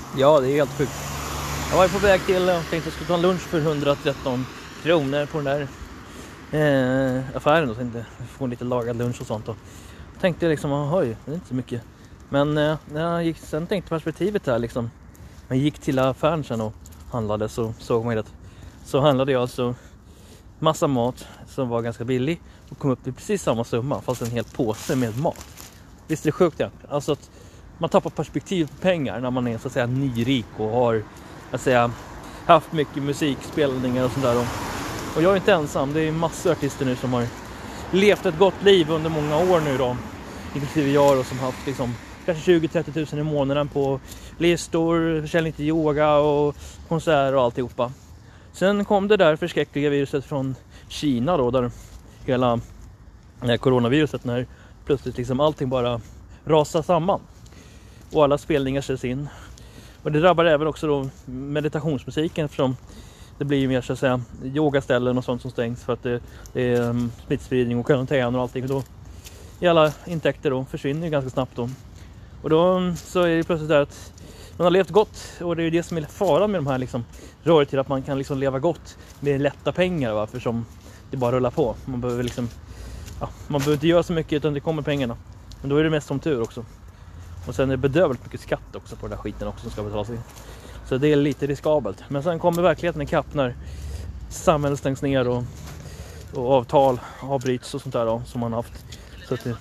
Ja, det är helt sjukt. Jag var på väg till, jag tänkte jag skulle ta en lunch för 113 kronor på den där affären och tänkte få lite lagad lunch och sånt. Och tänkte liksom, oj, det är inte så mycket. Men när jag gick, sen tänkte perspektivet här liksom. Jag gick till affären sen och handlade, så såg man att så handlade jag alltså massa mat som var ganska billig och kom upp till precis samma summa fast en hel påse med mat. Visst är det sjukt det? Alltså att man tappar perspektiv på pengar när man är så att säga nyrik och har att säga haft mycket musikspelningar och sånt där. Och jag är inte ensam, det är massor av artister nu som har levt ett gott liv under många år nu då. Inklusive jag då, som haft liksom kanske 20-30 000 i månaden på listor, försäljning till yoga och konserter och alltihopa. Sen kom det där förskräckliga viruset från Kina då, där hela coronaviruset, när plötsligt liksom allting bara rasar samman och alla spelningar ställs in. Och det drabbar även också då meditationsmusiken, eftersom det blir mer så att säga yogaställen och sånt som stängs för att det är smittspridning och karantän och allting. Och då i alla intäkter då försvinner ju ganska snabbt då. Och då så är det plötsligt där att man har levt gott, och det är ju det som är faran med de här liksom rör till att man kan liksom leva gott med lätta pengar, va? För som det bara rullar på. Man behöver liksom, ja, man behöver inte göra så mycket utan det kommer pengarna. Men då är det mest som tur också. Och sen är det bedövligt mycket skatt också på den där skiten också som ska betalas in. Så det är lite riskabelt. Men sen kommer verkligheten ikapp när samhället stängs ner och avtal avbryts och sånt där då, som man haft. Så att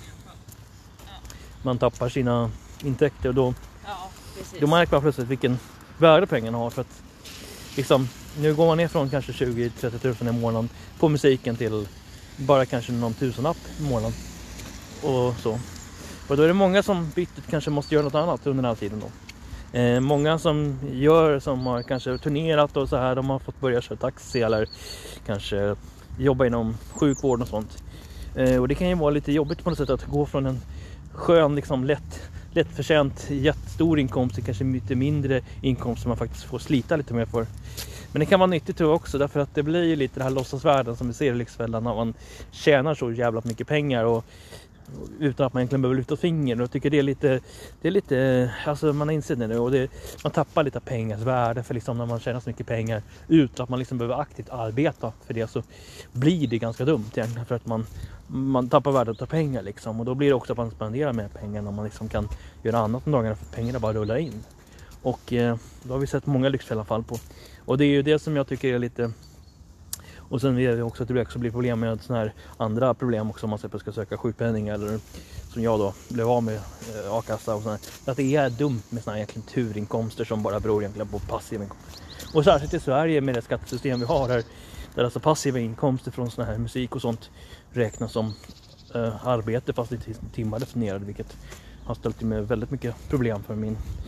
man tappar sina intäkter, och då märker man plötsligt vilken värde pengarna har. För att liksom, nu går man ner från kanske 20-30 000 i månaden på musiken till bara kanske någon tusenlapp i månaden. Och så. Och då är det många som bytet kanske måste göra något annat under den här tiden då. Många som har kanske turnerat och så här, de har fått börja köra taxi eller kanske jobba inom sjukvård och sånt. Och det kan ju vara lite jobbigt på något sätt att gå från en skön, liksom lättförtjänt, jättestor inkomst till kanske lite mindre inkomst som man faktiskt får slita lite mer för. Men det kan vara nyttigt tror jag också, därför att det blir ju lite det här låtsasvärlden som vi ser i Lyxfällan när man tjänar så jävla mycket pengar och utan att man egentligen behöver lyfta fingern. Och jag tycker det är lite alltså man inser det nu, och man tappar lite pengars värde, för liksom när man tjänar så mycket pengar utan att man liksom behöver aktivt arbeta för det, så blir det ganska dumt egentligen, för att man tappar värdet av pengar liksom. Och då blir det också att man spenderar mer pengar när man liksom kan göra annat om dagarna, för pengarna bara rullar in. Och då har vi sett många Lyxfällan-fall på. Och det är ju det som jag tycker är lite. Och sen är det också att det också blir problem med såna här andra problem också, om man ska söka sjukpenning eller som jag då blev av med a-kassa och sådär. Att det är dumt med såna här egentligen turinkomster som bara beror egentligen på passiva inkomster. Och särskilt i Sverige med det skattesystem vi har här, där alltså passiva inkomster från såna här musik och sånt räknas som arbete fast i timmar definierade, vilket har ställt till med väldigt mycket problem för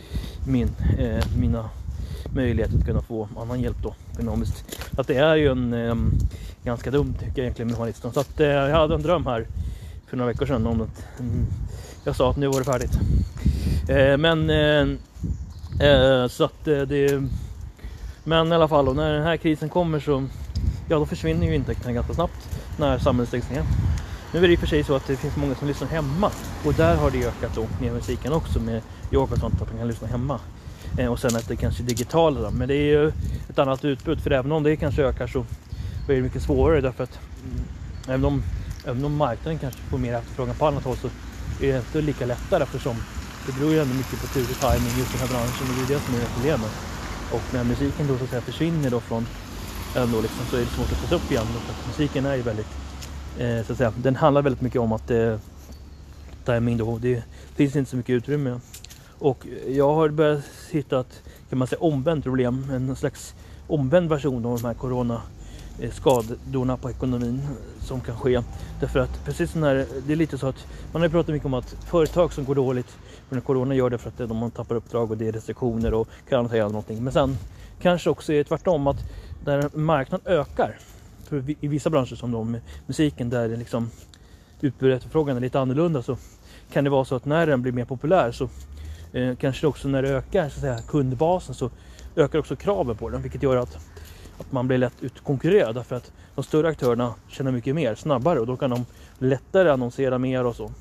mina möjlighet att kunna få annan hjälp då ekonomiskt. Så att det är ju en ganska dumt tycker jag egentligen med journalisten. Så att jag hade en dröm här för några veckor sedan om att jag sa att nu var det färdigt. Så att men i alla fall, och när den här krisen kommer så då försvinner ju intäkterna ganska snabbt när samhället stängs ner. Nu är det i och för sig så att det finns många som lyssnar hemma, och där har det ökat då med musiken också, med yoga och sånt, att man kan lyssna hemma. Och sen att det kanske är digitalt, men det är ju ett annat utbud, för även om det kanske ökar så är det mycket svårare, därför att även om marknaden kanske får mer efterfrågan på annat håll, så är det inte lika lättare, eftersom det beror ju ändå mycket på tur och timing just den här branschen, och det är det som är problemet. Och när musiken då så att säga försvinner då från ändå liksom, så är det svårt att ta upp igen, för att musiken är ju väldigt så att säga, den handlar väldigt mycket om att timing då, det finns inte så mycket utrymme. Och jag har börjat hitta ett, kan man säga, omvänt problem, en slags omvänd version av de här coronaskadorna på ekonomin som kan ske. Därför att precis som här, det är lite så att man har pratat mycket om att företag som går dåligt när corona gör det för att man tappar uppdrag och det är restriktioner och kan säga någonting. Men sen kanske också är det tvärtom, att där marknaden ökar för i vissa branscher som de med musiken, där det liksom utbudet och efterfrågan är lite annorlunda, så kan det vara så att när den blir mer populär så kanske också när det ökar så att säga kundbasen, så ökar också kraven på den, vilket gör att man blir lätt utkonkurrerad, därför att de större aktörerna tjänar mycket mer snabbare, och då kan de lättare annonsera mer och så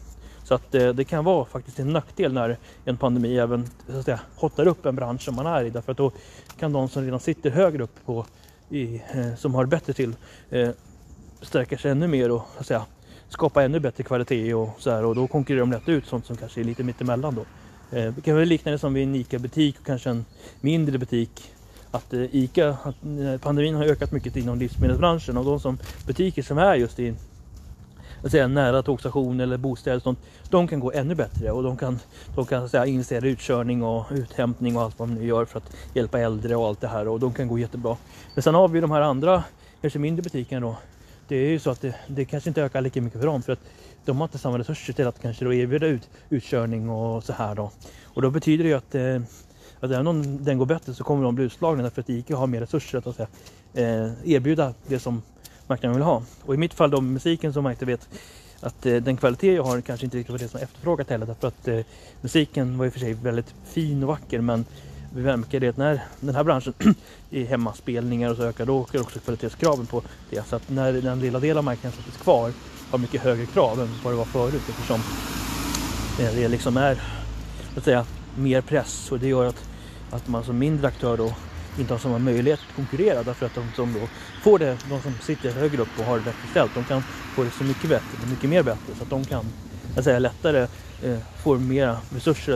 Så att det kan vara faktiskt en nackdel när en pandemi även så att säga hottar upp en bransch som man är i. Därför att då kan de som redan sitter högre upp som har bättre till stärka sig ännu mer och så att säga skapa ännu bättre kvalitet och så här, och då konkurrerar de lätt ut sånt som kanske är lite mittemellan då. Det kan väl likna det som vid en ICA-butik och kanske en mindre butik. Att pandemin har ökat mycket inom livsmedelsbranschen, och de som butiker som är just i nära tågstation eller bostäder och sånt, de kan gå ännu bättre, och de kan så att säga investera i utkörning och uthämtning och allt vad de nu gör för att hjälpa äldre och allt det här, och de kan gå jättebra. Men sen har vi de här andra, kanske mindre butikerna då. Det är ju så att det kanske inte ökar lika mycket för dem, för att de har inte samma resurser till att kanske då erbjuda utkörning och så här då. Och då betyder det ju att även om den går bättre så kommer de bli utslagna, därför att ICA har mer resurser att säga, erbjuda det som marknaden vill ha. Och i mitt fall då med musiken, som man inte vet att den kvalitet jag har kanske inte riktigt var det som efterfrågat heller, därför att musiken var i och för sig väldigt fin och vacker, men vi märker det att när den här branschen är hemmaspelningar och så ökar, då ökar också kvalitetskraven på det. Så att när den lilla delen av marknaden som finns kvar har mycket högre krav än vad det var förut, eftersom det liksom är så att säga mer press, och det gör att man som mindre aktör då inte har samma möjlighet att konkurrera, därför att de som då får det, de som sitter högre upp och har det bättre ställt, de kan få det så mycket bättre, mycket mer bättre, så att de kan lättare få mer resurser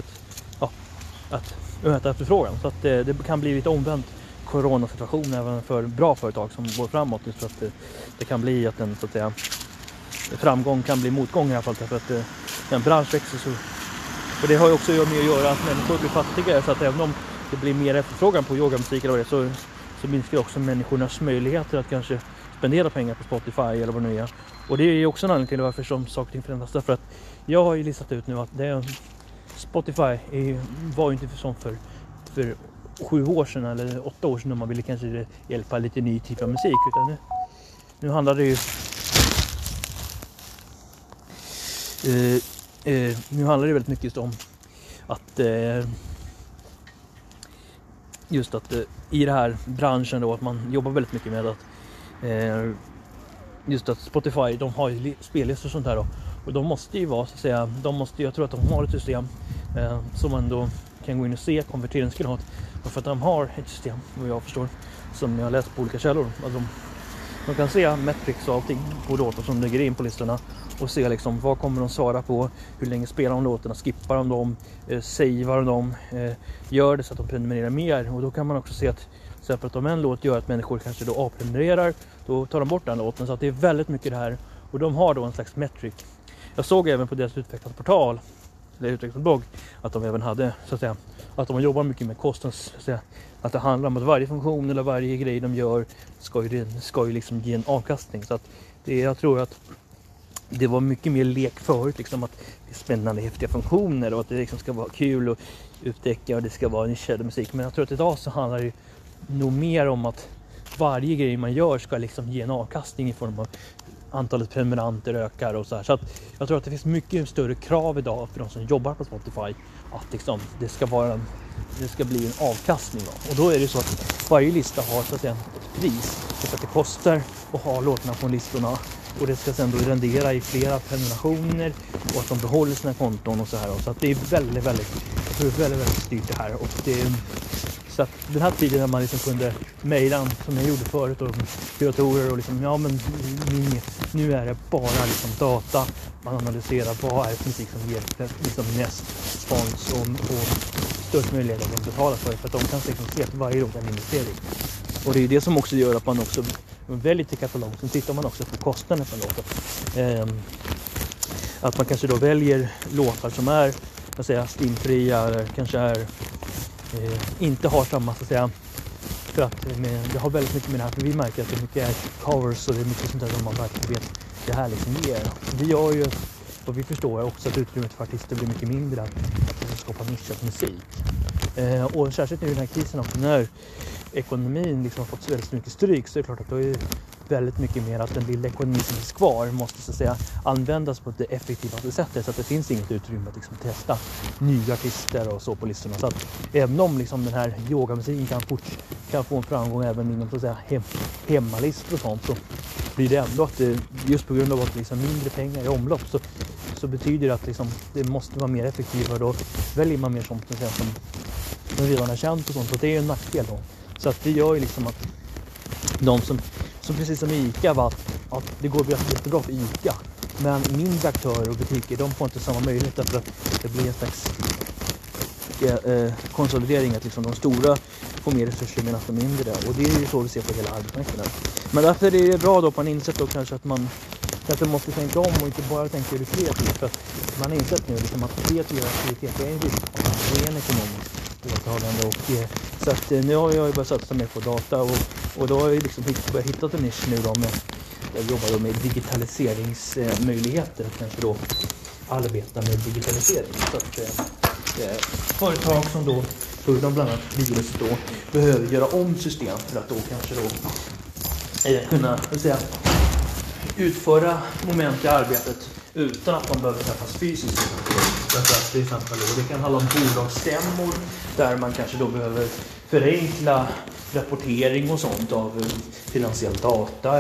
att möta efterfrågan. Så att det kan bli lite omvänt coronasituation även för bra företag som går framåt, så att det kan bli att en så att säga framgång kan bli motgång i alla fall, därför att en bransch växer så. Och det har ju också med att göra att människor blir fattigare, så att även om det blir mer efterfrågan på yogamusik eller vad det är, så minskar också människornas möjligheter att kanske spendera pengar på Spotify eller vad det nu är. Och det är ju också en anledning till varför som saker och ting förändras, därför att jag har ju listat ut nu att Spotify var ju inte som för 7 år sedan eller 8 år sedan, när man ville kanske hjälpa lite ny typ av musik, utan nu handlar det ju nu handlar det väldigt mycket just om att i den här branschen då, att man jobbar väldigt mycket med att just att Spotify, de har ju spellistor och sånt här då, och de måste ju vara så att säga, jag tror att de har ett system som man då kan gå in och se konverteringsgrad, för att de har ett system, vad jag förstår, som jag har läst på olika källor, att de kan se metrics och allting på låtar som ligger in på listorna, och se liksom vad kommer de svara på, hur länge spelar de låtarna, skippar de dem, savear de dem, gör det så att de prenumererar mer. Och då kan man också se att exempel att om en låt gör att människor kanske då avprenumererar, då tar de bort den låten. Så att det är väldigt mycket det här, och de har då en slags metric. Jag såg även på deras utvecklingsportal eller utvecklingsblogg att de även hade så att säga, att de jobbar mycket med kostnads, så att säga, att det handlar om att varje funktion eller varje grej de gör ska ju liksom ge en avkastning. Så att jag tror att det var mycket mer lek förut, liksom, att det är spännande, häftiga funktioner och att det liksom ska vara kul att upptäcka och det ska vara nischad musik. Men jag tror att idag så handlar det nog mer om att varje grej man gör ska liksom ge en avkastning i form av antalet prenumeranter ökar och så här. Så att jag tror att det finns mycket större krav idag för de som jobbar på Spotify att liksom, det ska bli en avkastning då. Och då är det så att varje lista har så att säga ett pris, så att det kostar att ha låtarna på listorna, och det ska sedan då rendera i flera prenumerationer och att de behåller sina konton och så här. Så att det är väldigt styrt det här, och så att den här tiden när man liksom kunde mejla som jag gjorde förut och kuratorer och liksom, ja men nu är det bara liksom data, man analyserar vad är det för musik som ger liksom mest spons och störst möjlighet att betala för att de kan liksom se att varje låt är en investering. Och det är det som också gör att man också väljer till katalog, så tittar man också på kostnaden för låten. Att man kanske då väljer låtar som är så att säga stimfria eller kanske är inte har samma så att säga, för att det har väldigt mycket med det här, för vi märker att det är mycket covers och det är mycket sånt där som man verkligen vet det här liksom ger. Det gör ju, och vi förstår också att utrymmet för artister blir mycket mindre, att det skapar nischad musik. Och särskilt nu i den här krisen också, när ekonomin liksom har fått väldigt mycket stryk, så är det klart att då är väldigt mycket mer att den lilla ekonomin som finns kvar måste så att säga användas på det effektivaste sättet, så att det finns inget utrymme att liksom testa nya artister och så på listorna. Så att även om liksom den här yogamusiken kan få en framgång även inom så att säga hemmalistor och sånt, så blir det ändå att det, just på grund av att det liksom mindre pengar i omlopp, så betyder det att liksom, det måste vara mer effektivare. Då väljer man mer sånt som redan är känt och sånt. Och det är ju en nackdel då. Så att det gör ju liksom att de som precis som ICA var att det går jättebra för ICA. Men mindre aktörer och butiker, de får inte samma möjlighet därför att det blir en slags konsolidering, att liksom de stora får mer resurser medan de mindre. Och det är ju så vi ser på hela arbetsmarknaden. Men därför är det bra då på en insett då kanske att man kanske måste tänka om och inte bara tänka ur kreativt. För att man har insett nu liksom att kreativ aktivitet är en risk. Det är en ekonomisk åtagande. Och så att nu har jag ju börjat satsa mer på data och då har jag liksom hittat en nisch nu då med, jag jobbar då med digitaliseringsmöjligheter, kanske då arbeta med digitalisering. Så att företag som då bland annat virus då behöver göra om system för att då kanske då kunna utföra moment i arbetet utan att man behöver träffas fysiskt. Därför att till exempel då, det kan handla om bolagsstämmor där man kanske då behöver förenkla rapportering och sånt av finansiell data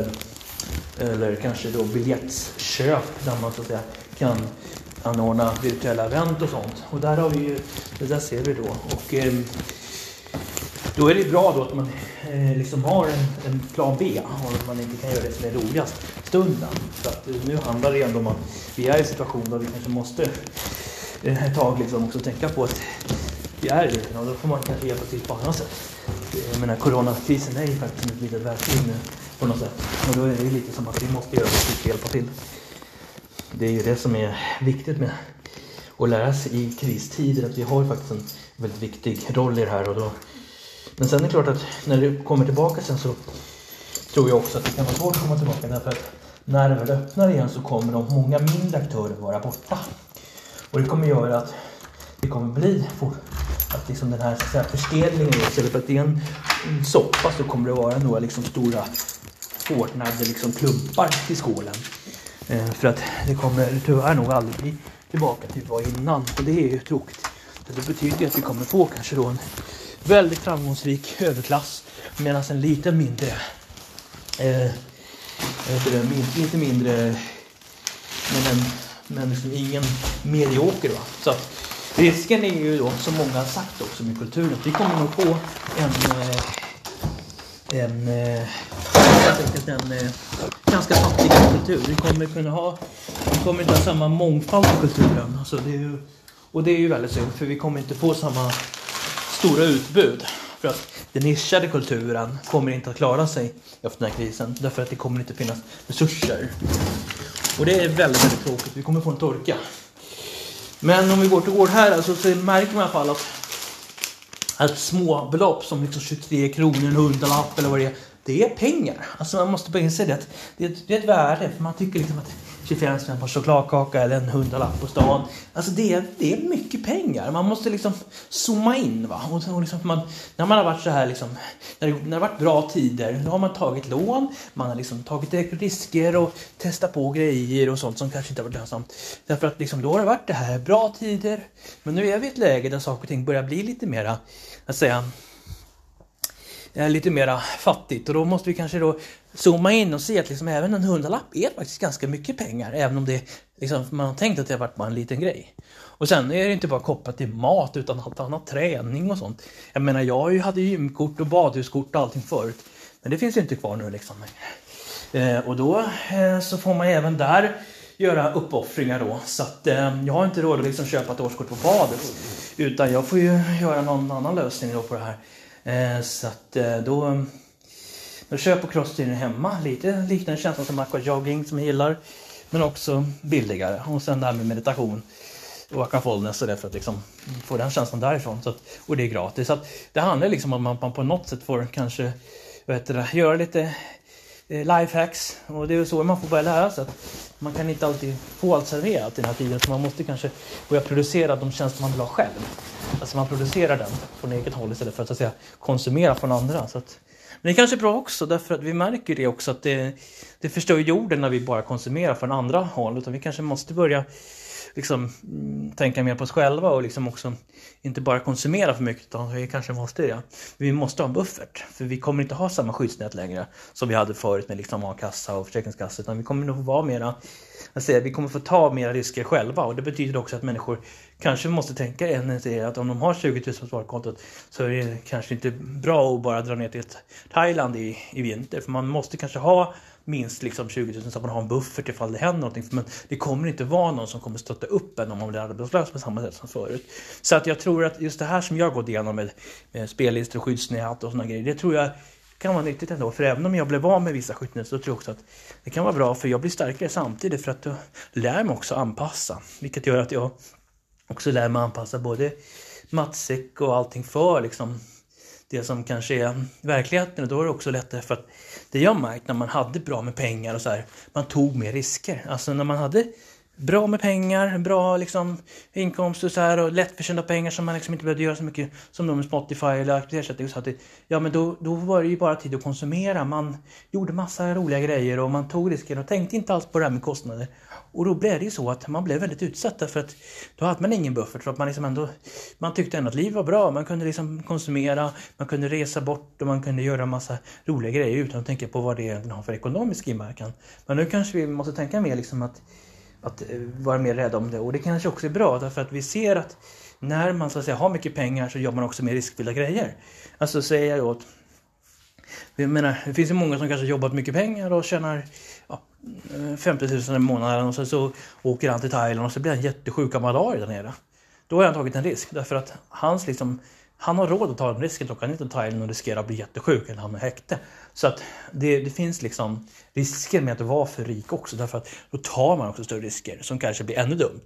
eller kanske då biljettköp där man så att säga kan anordna virtuella event och sånt. Och där har vi ju, det där ser vi då. Och då är det bra då att man liksom har en plan B och att man inte kan göra det som är roligast stunden. Så att nu handlar det ändå om att vi är i en situation där vi kanske måste ett tag liksom också tänka på att vi är i det. Och då får man kanske hjälpa till på annat sätt. Jag menar, coronakrisen är ju faktiskt ett litet verktyg nu på något sätt. Och då är det lite som att vi måste göra vad vi ska hjälpa till. Det är ju det som är viktigt med att lära sig i kristider, att vi har faktiskt en väldigt viktig roll i det här. Och då. Men sen är det klart att när det kommer tillbaka sen så tror jag också att det kan vara svårt att komma tillbaka, därför att när det väl öppnar igen så kommer de många mindre aktörer vara borta. Och det kommer göra att det kommer bli att liksom den här, så att säga, förstelningen, istället för att det är en soppa så kommer det vara några liksom stora hårdnade liksom klumpar till skålen. För att det kommer tyvärr nog aldrig bli tillbaka till vad innan. Och det är ju tråkigt. Det betyder att vi kommer få kanske då en väldigt framgångsrik överklass, medan en lite mindre inte mindre men liksom ingen medioker, va. Så att risken är ju då, som många har sagt också med kulturen, att vi kommer nog få en ganska fattig kultur. Vi kommer inte ha samma mångfald i kulturen. Alltså det är ju väldigt synd, för vi kommer inte få samma stora utbud. För att den nischade kulturen kommer inte att klara sig efter den här krisen. Därför att det kommer inte finnas resurser. Och det är väldigt, väldigt tråkigt. Vi kommer få en torka. Men om vi går till år här, alltså, så märker man i alla fall att små belopp som liksom 23 kronor, en hundralapp eller vad det är pengar. Alltså man måste börja säga att det är ett värde. För man tycker liksom att 25 spänn på chokladkaka eller en hundralapp på stan. Alltså det är mycket pengar. Man måste liksom zooma in, va. Och liksom när man har varit så här liksom, när det har varit bra tider, då har man tagit lån, man har liksom tagit risker och testat på grejer och sånt som kanske inte har varit lönsamt. Därför att liksom då har det varit det här bra tider. Men nu är vi i ett läge där saker och ting börjar bli lite mera, att säga, lite mera fattigt, och då måste vi kanske då zooma in och se att liksom även en hundralapp är faktiskt ganska mycket pengar, även om det liksom, man har tänkt att det har varit bara en liten grej. Och sen är det inte bara kopplat till mat utan allt annat, träning och sånt. Jag menar, jag hade gymkort och badhuskort och allting förut, men det finns ju inte kvar nu liksom. Och då så får man även där göra uppoffringar då, så att jag har inte råd att liksom köpa ett årskort på badet, utan jag får ju göra någon annan lösning då på det här. Så att då köper jag crosstrainer hemma, lite liknande känslan som aquajogging som jag gillar, men också billigare. Och sen där med meditation och aquafallness och det, för att liksom få den känslan därifrån. Så att, och det är gratis. Så att det handlar liksom om att man på något sätt får kanske göra lite lifehacks, och det är så man får börja lära sig att man kan inte alltid få allt serverat i den här tiden, så man måste kanske börja producera de tjänster man vill ha själv. Alltså man producerar den från eget håll istället för att säga konsumera från andra. Så att, men det är kanske bra också, därför att vi märker det också att det förstör jorden när vi bara konsumerar från andra håll, utan vi kanske måste börja liksom tänka mer på oss själva och liksom också inte bara konsumera för mycket, utan vi kanske måste det. Vi måste ha en buffert, för vi kommer inte ha samma skyddsnät längre som vi hade förut med liksom a-kassa och försäkringskassa, utan vi kommer nog vara mera, vi kommer få ta mera risker själva, och det betyder också att människor kanske måste tänka att om de har 20 000 på sparkontot så är det kanske inte bra att bara dra ner till Thailand i vinter, för man måste kanske ha minst liksom 20 000 så att man har en buffert ifall det händer någonting. Men det kommer inte vara någon som kommer stötta upp en om man blir arbetslös på samma sätt som förut. Så att jag tror att just det här som jag gått igenom med spellistor och skyddsnät och såna grejer, det tror jag kan vara nyttigt ändå. För även om jag blev van med vissa skyddsnät så tror jag också att det kan vara bra, för jag blir starkare samtidigt, för att jag lär mig också anpassa. Vilket gör att jag också lär mig anpassa både matsäck och allting för liksom det som kanske är verkligheten, och då är det också lättare, för att det jag märkt när man hade bra med pengar och så här, man tog mer risker. Alltså när man hade bra med pengar, bra liksom inkomster så här, och lättförtjänta pengar som man liksom inte behövde göra så mycket som de med Spotify eller aktivitetssättning, så att ja, men då var det ju bara tid att konsumera. Man gjorde massa roliga grejer och man tog risker och tänkte inte alls på det här med kostnader. Och då blev det ju så att man blev väldigt utsatt, för att då hade man ingen buffert, för att man liksom ändå, man tyckte ändå att livet var bra. Man kunde liksom konsumera, man kunde resa bort och man kunde göra massa roliga grejer utan att tänka på vad det egentligen har för ekonomisk inverkan. Men nu kanske vi måste tänka mer liksom att vara mer rädd om det, och det kanske också är bra, därför att vi ser att när man så att säga har mycket pengar så gör man också mer riskfyllda grejer. Alltså säger jag åt, jag menar, det finns ju många som kanske jobbat mycket pengar och tjänar 50 000 i månaden, och så åker han till Thailand och så blir han jättesjuk av malaria där nere. Då har han tagit en risk, därför att han har råd att ta den risken, och kan inte ta Thailand och riskera att bli jättesjuk eller hamna i häkte. Så att det finns liksom risker med att vara för rik också, därför att då tar man också större risker som kanske blir ännu dumt.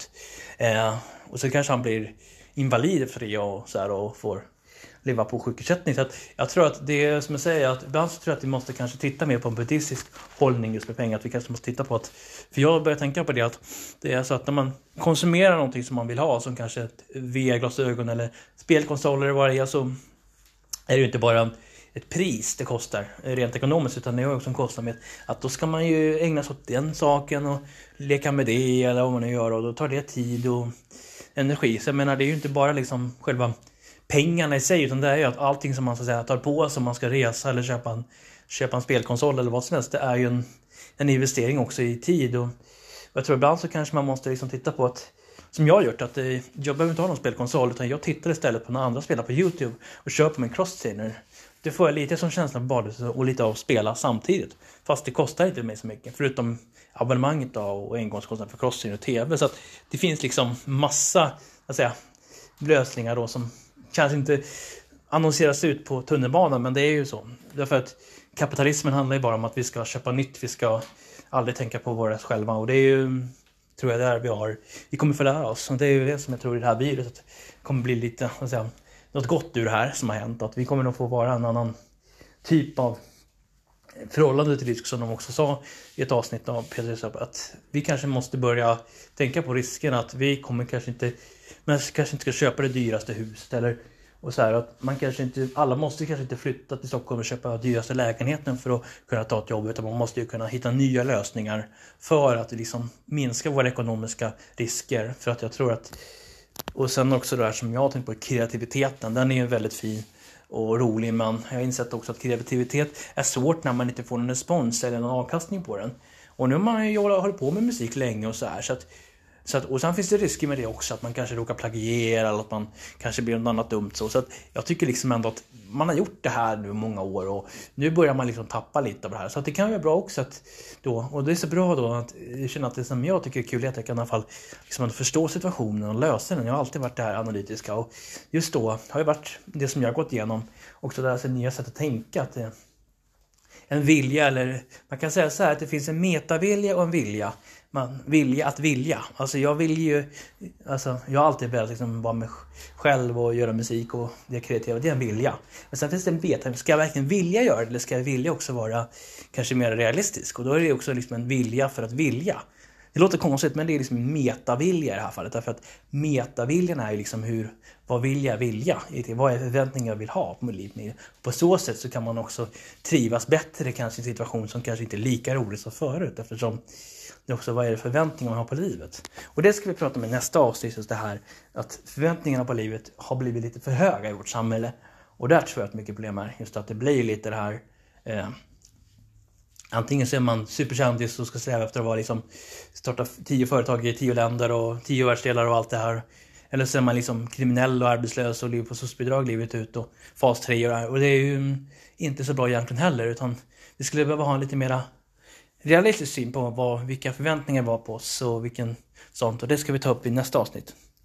Och så kanske han blir invalid för det och så här, och får leva på sjukersättning. Så att jag tror att det är som jag säger, att ibland så tror jag att vi måste kanske titta mer på en buddhistisk hållning just med pengar. Att vi kanske måste titta på att, för jag börjar tänka på det, att det är så att när man konsumerar någonting som man vill ha, som kanske ett VR-glasögon eller spelkonsoler eller vad det är, så är det ju inte bara ett pris det kostar rent ekonomiskt, utan det är också en kostnad med att då ska man ju ägna sig åt den saken och leka med det eller vad man nu gör, och då tar det tid och energi. Så jag menar, det är ju inte bara liksom själva pengarna i sig, utan det är ju att allting som man så att säga tar på sig, om man ska resa eller köpa en spelkonsol eller vad som helst, det är ju en investering också i tid. Och jag tror ibland så kanske man måste liksom titta på att, som jag har gjort, att jag behöver inte ha någon spelkonsol, utan jag tittar istället på när andra spelar på YouTube och köper min crosstrainer. Det får jag lite som känsla på badet och lite av att spela samtidigt, fast det kostar inte mig så mycket, förutom abonnemanget och engångskostnaden för crosstrainer och tv. Så att det finns liksom massa lösningar då som kanske inte annonseras ut på tunnelbanan, men det är ju så. Därför att kapitalismen handlar ju bara om att vi ska köpa nytt, vi ska aldrig tänka på våra själva, och det är ju, tror jag, där vi kommer få lära oss. Och det är ju det som jag tror i det här viruset kommer bli lite, något gott ur det här som har hänt, att vi kommer nog få vara en annan typ av förhållande till risk, som de också sa i ett avsnitt av Peter, att vi kanske måste börja tänka på risken, att vi kommer kanske inte ska köpa det dyraste huset, eller och så här, att man kanske inte, alla måste kanske inte flytta till Stockholm och köpa dyraste lägenheten för att kunna ta ett jobb, utan man måste ju kunna hitta nya lösningar för att liksom minska våra ekonomiska risker. För att jag tror att, och sen också det här som jag har tänkt på, kreativiteten, den är ju väldigt fin och rolig, men jag har insett också att kreativitet är svårt när man inte får någon respons eller någon avkastning på den. Och nu har man ju hållit på med musik länge och så här, så att, och sen finns det risker med det också, att man kanske råkar plagiera eller att man kanske blir något annat dumt. Så att jag tycker liksom ändå att man har gjort det här nu många år, och nu börjar man liksom tappa lite av det här. Så att det kan vara bra också att då, och det är så bra då att jag känner att det som jag tycker är kul är att jag kan i alla fall liksom förstå situationen och lösa den. Jag har alltid varit det här analytiska, och just då har det varit det som jag har gått igenom också, det här nya sätt att tänka, att en vilja, eller man kan säga så här, att det finns en metavilja och en vilja. Vilja att vilja. Alltså jag har alltid velat liksom vara med själv och göra musik och det kreativa, det är en vilja. Men sen finns det en veta, ska jag verkligen vilja göra det, eller ska jag vilja också vara kanske mer realistisk? Och då är det också liksom en vilja för att vilja. Det låter konstigt, men det är liksom en metavilja i det här fallet, därför att metaviljan är ju liksom vad vill jag vilja? Vad är förväntningar jag vill ha på mitt liv? På så sätt så kan man också trivas bättre kanske i en situation som kanske inte är lika rolig som förut, eftersom det är också vad är det förväntningar man har på livet. Och det ska vi prata om i nästa avsnitt, just det här att förväntningarna på livet har blivit lite för höga i vårt samhälle. Och där tror jag att mycket problem är just att det blir lite det här antingen så är man superkändis och ska sträva efter att vara liksom, starta 10 företag i 10 länder och 10 världsdelar och allt det här. Eller så är man liksom kriminell och arbetslös och lever på socialbidrag livet ut och fas 3 och det här. Och det är ju inte så bra egentligen heller, utan vi skulle behöva ha en lite mera realistisk syn på vilka förväntningar var på oss och vilken sånt. Och det ska vi ta upp i nästa avsnitt.